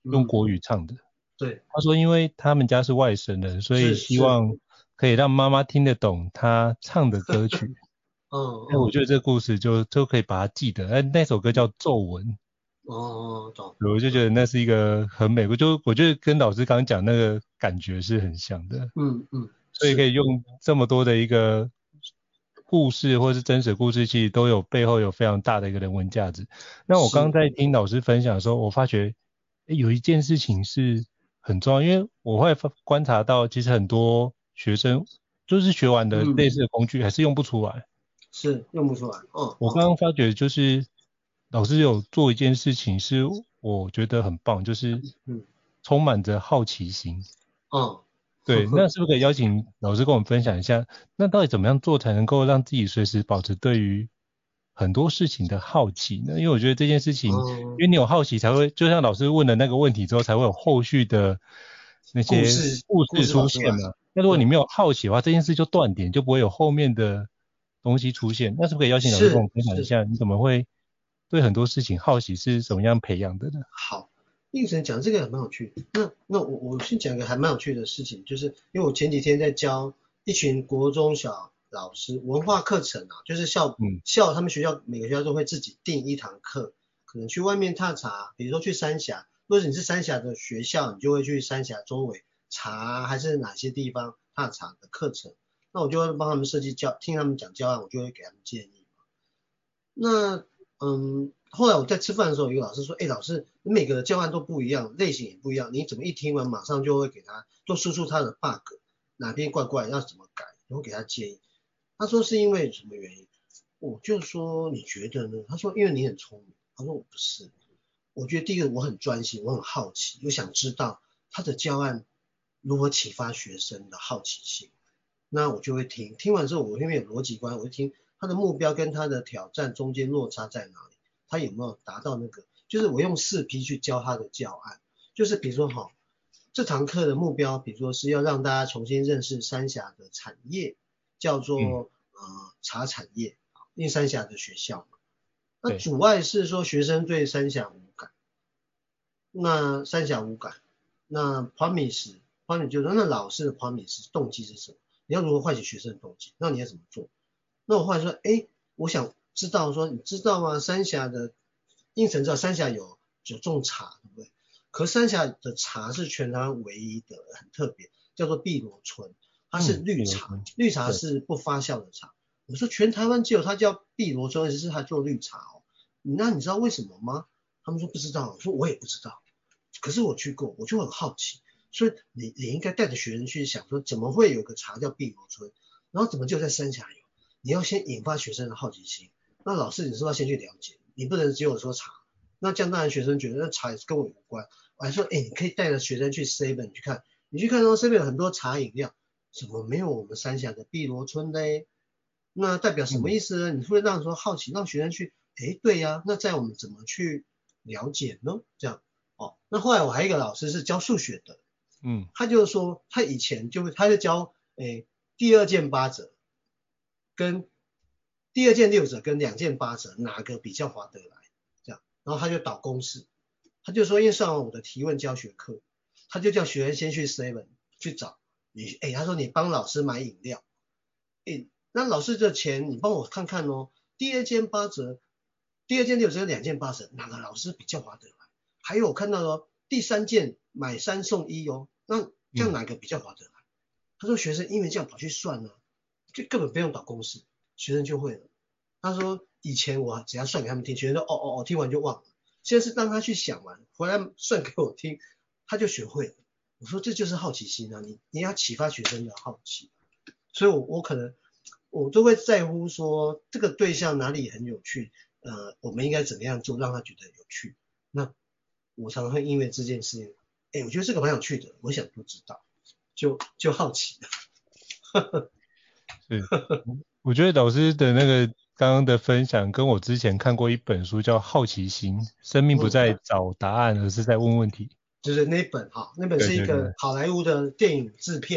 用国语唱的。嗯、 对， 他说因为他们家是外省人，所以希望可以让妈妈听得懂他唱的歌曲。 嗯， 哎，我觉得这个故事就就可以把它记得。哎，那首歌叫《皱纹》。 哦，懂。 我就觉得那是一个很美，我就我觉得跟老师刚刚讲那个感觉是很像的。 嗯嗯。 所以可以用这么多的一个故事或是真实故事，其实都有背后有非常大的一个人文价值。那我刚刚在听老师分享的时候，我发觉有一件事情是很重要，因为我会观察到，其实很多学生就是学完的类似的工具还是用不出来。嗯、 是用不出来。哦。 我刚刚发觉就是老师有做一件事情是我觉得很棒，就是充满着好奇心。 哦。 对，那是不是可以邀请老师跟我们分享一下，那到底怎么样做才能够让自己随时保持对于很多事情的好奇呢？因为我觉得这件事情， 嗯、 因为你有好奇才会，就像老师问的那个问题之后，才会有后续的那些故事出现嘛。那如果你没有好奇的话，这件事就断点，就不会有后面的东西出现。那是不是可以邀请老师跟我们分享一下，你怎么会对很多事情好奇是怎么样培养的呢？ 好。应成讲这个还蛮有趣的，那那我我先讲一个还蛮有趣的事情，就是因为我前几天在教一群国中小老师文化课程啊，就是校、嗯、校他们学校每个学校都会自己定一堂课，可能去外面踏查，比如说去三峡，如果你是三峡的学校，你就会去三峡周围查还是哪些地方踏查的课程，那我就会帮他们设计教，听他们讲教案，我就会给他们建议。那嗯。后来我在吃饭的时候，有一个老师说，哎，老师，你每个教案都不一样，类型也不一样，你怎么一听完马上就会给他多输出他的 bug， 哪边怪怪要怎么改，然后给他建议。他说是因为什么原因？我就说你觉得呢？他说因为你很聪明。他说我不是，我觉得第一个我很专心，我很好奇，我想知道他的教案如何启发学生的好奇心。那我就会听，听完之后我因为有逻辑观，我会听他的目标跟他的挑战中间落差在哪里。他有没有达到那个？就是我用四 P 去教他的教案，就是比如说哈，这堂课的目标，比如说是要让大家重新认识三峡的产业，叫做、嗯、呃茶产业，因为三峡的学校嘛。那阻碍是说学生对三峡无感，那三峡无感，那 promise promise 就是那老师的 promise 动机是什么？你要如何唤起学生的动机？那你要怎么做？那我后来说，哎，我想。知道说你知道吗？三峡的应成知道三峡有有种茶，对不对？可三峡的茶是全台湾唯一的，很特别，叫做碧螺春，它是绿茶，嗯、绿茶是不发酵的茶。我说全台湾只有它叫碧螺春，而且是它做绿茶哦。那你知道为什么吗？他们说不知道，我说我也不知道，可是我去过，我就很好奇，所以你你应该带着学生去想说，怎么会有个茶叫碧螺春，然后怎么就在三峡有？你要先引发学生的好奇心。那老师你是不是要先去了解，你不能只有说茶，那这样当然学生觉得那茶也是跟我有关。我还说，哎，你可以带着学生去 seven 去看，你去看到 seven 有很多茶饮料，怎么没有我们三峡的碧螺春嘞？那代表什么意思呢？嗯、你会让说好奇，让学生去，哎，对呀、啊，那在我们怎么去了解呢？这样哦。那后来我还有一个老师是教数学的，嗯，他就说他以前就他就教，哎，第二件八折跟第二件六折跟两件八折哪个比较划得来？这样，然后他就导公式，他就说因为上完我的提问教学课，他就叫学生先去 seven 去找你，哎，他说你帮老师买饮料，哎，那老师的钱你帮我看看哦，第二件八折，第二件六折，两件八折，哪个老师比较划得来？还有我看到哦，第三件买三送一哦，那这样哪个比较划得来？嗯、他说学生因为这样跑去算呢、啊，就根本不用导公式。学生就会了。他说以前我只要算给他们听，学生说哦哦哦，听完就忘了。现在是让他去想完，回来算给我听，他就学会了。我说这就是好奇心啊，你你要启发学生的好奇。所以我我可能我都会在乎说这个对象哪里很有趣，呃，我们应该怎么样做让他觉得有趣。那我常常会因为这件事情，哎，我觉得这个蛮有趣的，我想都知道，就就好奇的。 是，我觉得老师的那个刚刚的分享跟我之前看过一本书叫《好奇心》，生命不在找答案，而是在问问题。 就是那本哈，那本是一个好莱坞的电影制片啊，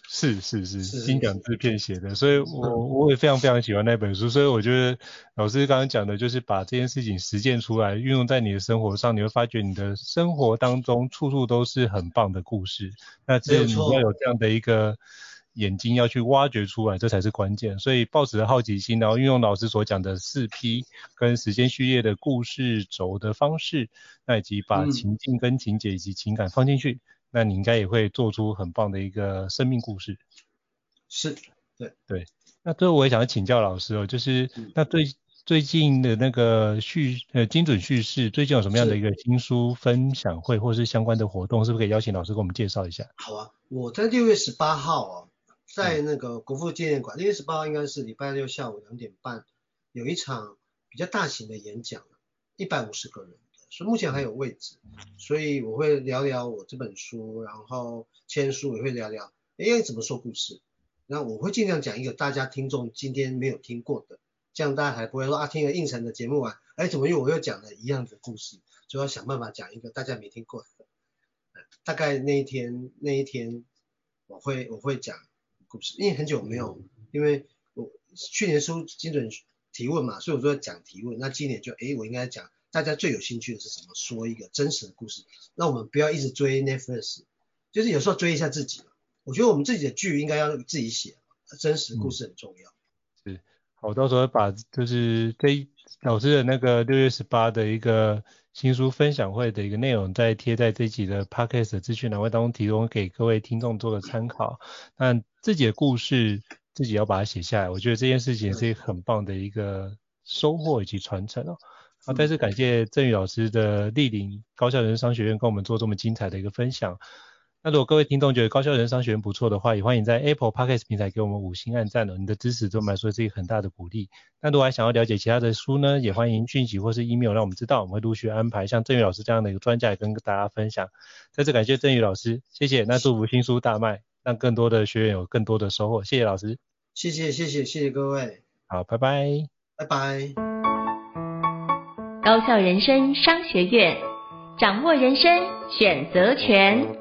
是是是，金奖制片写的，所以我我也非常非常喜欢那本书，所以我觉得老师刚刚讲的就是把这件事情实践出来，运用在你的生活上，你会发觉你的生活当中处处都是很棒的故事，那是你要有这样的一个眼睛要去挖掘出来，这才是关键。所以抱持着好奇心，然后运用老师所讲的四 P 跟时间序列的故事轴的方式，那以及把情境跟情节以及情感放进去。嗯，那你应该也会做出很棒的一个生命故事。 是，对对。那最后我也想请教老师哦，就是那最最近的那个叙呃精准叙事，最近有什么样的一个新书分享会或是相关的活动，是不是可以邀请老师给我们介绍一下？ 好啊，我在六月十八号哦，在那个国父纪念馆，六月十八号应该是礼拜六下午两点半，有一场比较大型的演讲，一百五十个人。所以目前还有位置，所以我会聊聊我这本书，然后签书也会聊聊，哎，怎么说故事。那我会尽量讲一个大家听众今天没有听过的，这样大家还不会说啊，听了应成的节目啊，哎，怎么又我又讲了一样的故事，就要想办法讲一个大家没听过的。大概那一天那一天我会我会讲故事，因为很久没有，因为我去年出精准提问嘛，所以我就讲提问，那今年就哎，我应该讲大家最有兴趣的是什么？说一个真实的故事，让我们不要一直追 Netflix， 就是有时候追一下自己。我觉得我们自己的剧应该要自己写，真实的故事很重要。 嗯、是，好，到时候把就是这老师的那个六月十八的一个新书分享会的一个内容，再贴在这集的 Podcast 的资讯栏位当中，提供给各位听众做个参考。那自己的故事自己要把它写下来，我觉得这件事情是很棒的一个收获以及传承哦。好，再次感谢郑宇老师的莅临高效人生商学院跟我们做这么精彩的一个分享。那如果各位听众觉得高效人生商学院不错的话，也欢迎在 Apple Podcast 平台给我们五星按赞哦，你的支持对我们来说是一个很大的鼓励。那如果还想要了解其他的书呢，也欢迎讯息或是 email 让我们知道，我们会陆续安排像郑宇老师这样的一个专家也跟大家分享。再次感谢郑宇老师，谢谢。那祝福新书大卖，让更多的学员有更多的收获。谢谢老师。 谢谢谢谢谢谢各位。 好，拜拜。 拜拜。 高效人生商学院，掌握人生选择权。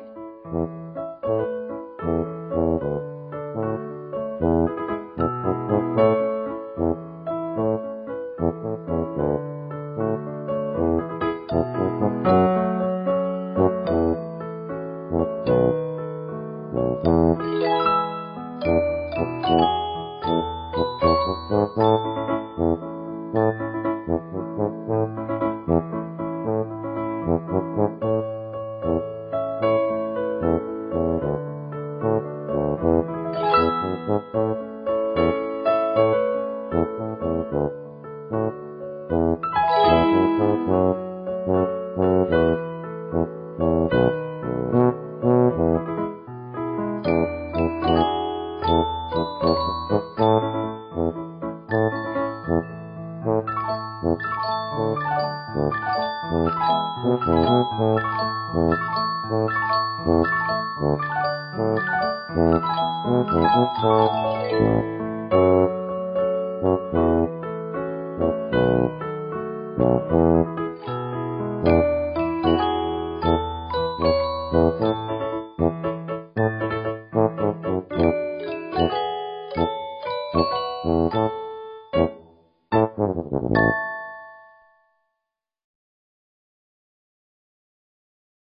Thank you.